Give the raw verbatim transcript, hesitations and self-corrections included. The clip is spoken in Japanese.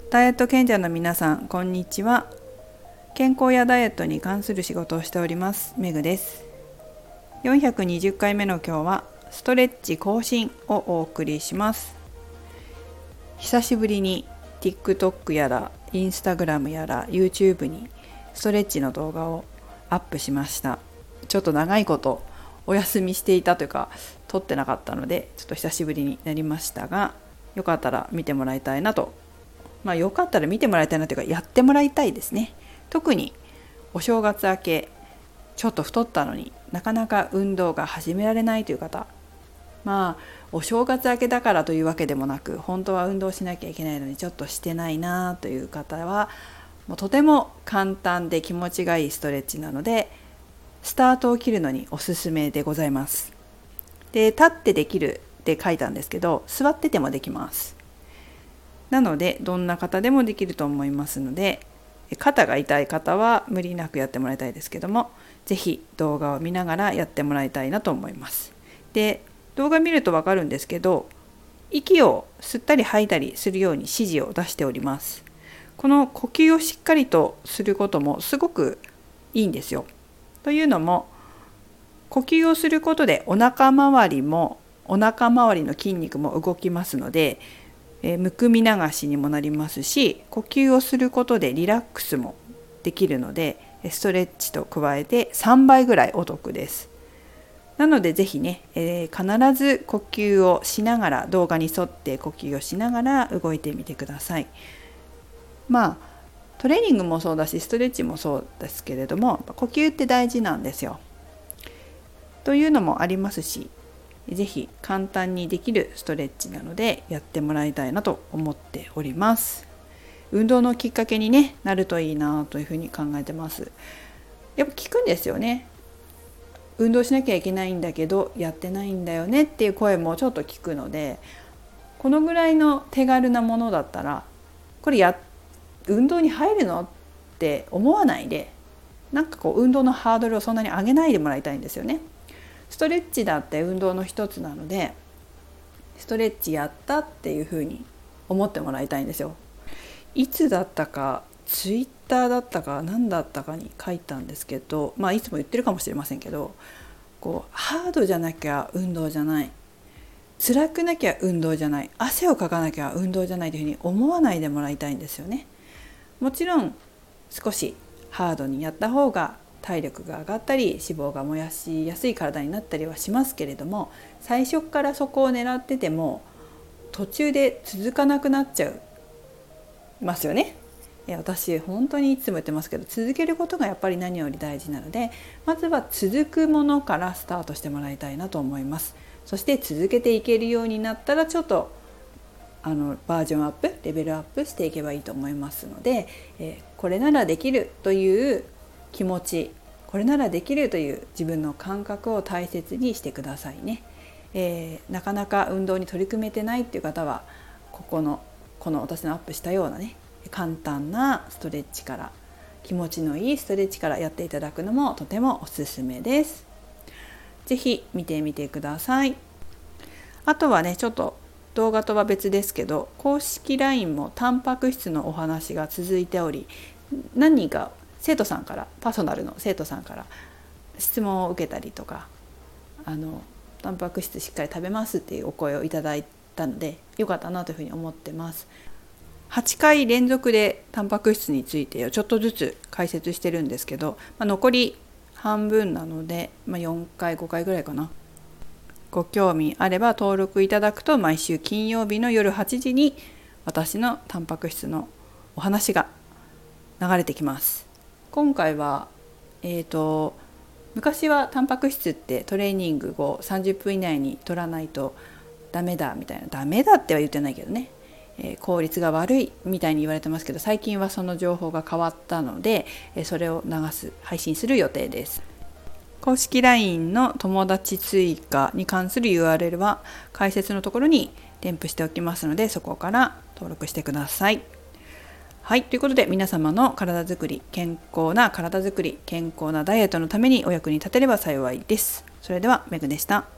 ダイエット賢者の皆さん、こんにちは。健康やダイエットに関する仕事をしておりますメグです。よんひゃくにじゅっかいめの今日はストレッチ更新をお送りします。久しぶりに TikTok やら Instagram やら YouTube にストレッチの動画をアップしました。ちょっと長いことお休みしていたというか撮ってなかったので、ちょっと久しぶりになりましたが、よかったら見てもらいたいなとまあよかったら見てもらいたいなというか、やってもらいたいですね。特にお正月明けちょっと太ったのになかなか運動が始められないという方、まあお正月明けだからというわけでもなく、本当は運動しなきゃいけないのにちょっとしてないなという方は、もうとても簡単で気持ちがいいストレッチなので、スタートを切るのにおすすめでございます。で、立ってできるって書いたんですけど、座っててもできます。なのでどんな方でもできると思いますので、肩が痛い方は無理なくやってもらいたいですけども、ぜひ動画を見ながらやってもらいたいなと思います。で、動画見ると分かるんですけど、息を吸ったり吐いたりするように指示を出しております。この呼吸をしっかりとすることもすごくいいんですよ。というのも、呼吸をすることでお腹周りもお腹周りの筋肉も動きますので、えー、むくみ流しにもなりますし、呼吸をすることでリラックスもできるので、ストレッチと加えてさんばいぐらいお得です。なのでぜひね、えー、必ず呼吸をしながら、動画に沿って呼吸をしながら動いてみてください。まあトレーニングもそうだし、ストレッチもそうですけれども、呼吸って大事なんですよ。というのもありますし、ぜひ簡単にできるストレッチなのでやってもらいたいなと思っております。運動のきっかけに、ね、なるといいなというふうに考えてます。やっぱ聞くんですよね。運動しなきゃいけないんだけどやってないんだよねっていう声もちょっと聞くので、このぐらいの手軽なものだったら、これや運動に入るのって思わないで、なんかこう運動のハードルをそんなに上げないでもらいたいんですよね。ストレッチだって運動の一つなので、ストレッチやったっていう風に思ってもらいたいんですよ。いつだったかツイッターだったか何だったかに書いたんですけど、まあいつも言ってるかもしれませんけど、こうハードじゃなきゃ運動じゃない、辛くなきゃ運動じゃない、汗をかかなきゃ運動じゃないというふうに思わないでもらいたいんですよね。もちろん少しハードにやった方が体力が上がったり脂肪が燃やしやすい体になったりはしますけれども、最初からそこを狙ってても途中で続かなくなっちゃいますよね。私本当にいつも言ってますけど、続けることがやっぱり何より大事なので、まずは続くものからスタートしてもらいたいなと思います。そして続けていけるようになったら、ちょっとあのバージョンアップ、レベルアップしていけばいいと思いますので、えー、これならできるという気持ち、これならできるという自分の感覚を大切にしてくださいね。えー、なかなか運動に取り組めてないっていう方は、ここのこの私のアップしたようなね、簡単なストレッチから、気持ちのいいストレッチからやっていただくのもとてもおすすめです。ぜひ見てみてください。あとはね、ちょっと動画とは別ですけど、公式 ライン もタンパク質のお話が続いており、何人か生徒さんから、パーソナルの生徒さんから質問を受けたりとか、あのタンパク質しっかり食べますっていうお声をいただいたので、よかったなというふうに思ってます。はちかい連続でタンパク質についてちょっとずつ解説してるんですけど、まあ、残り半分なので、まあ、よんかいごかいぐらいかな。ご興味あれば登録いただくと、毎週金曜日の夜はちじに私のタンパク質のお話が流れてきます。今回は、えーと、昔はタンパク質ってトレーニング後さんじゅっぷん以内に取らないとダメだみたいな、ダメだっては言ってないけどね、えー、効率が悪いみたいに言われてますけど、最近はその情報が変わったので、えー、それを流す配信する予定です。公式 ライン の友達追加に関する ユーアールエル は解説のところに添付しておきますので、そこから登録してください。はい、ということで、皆様の体づくり、健康な体づくり、健康なダイエットのためにお役に立てれば幸いです。それではメグでした。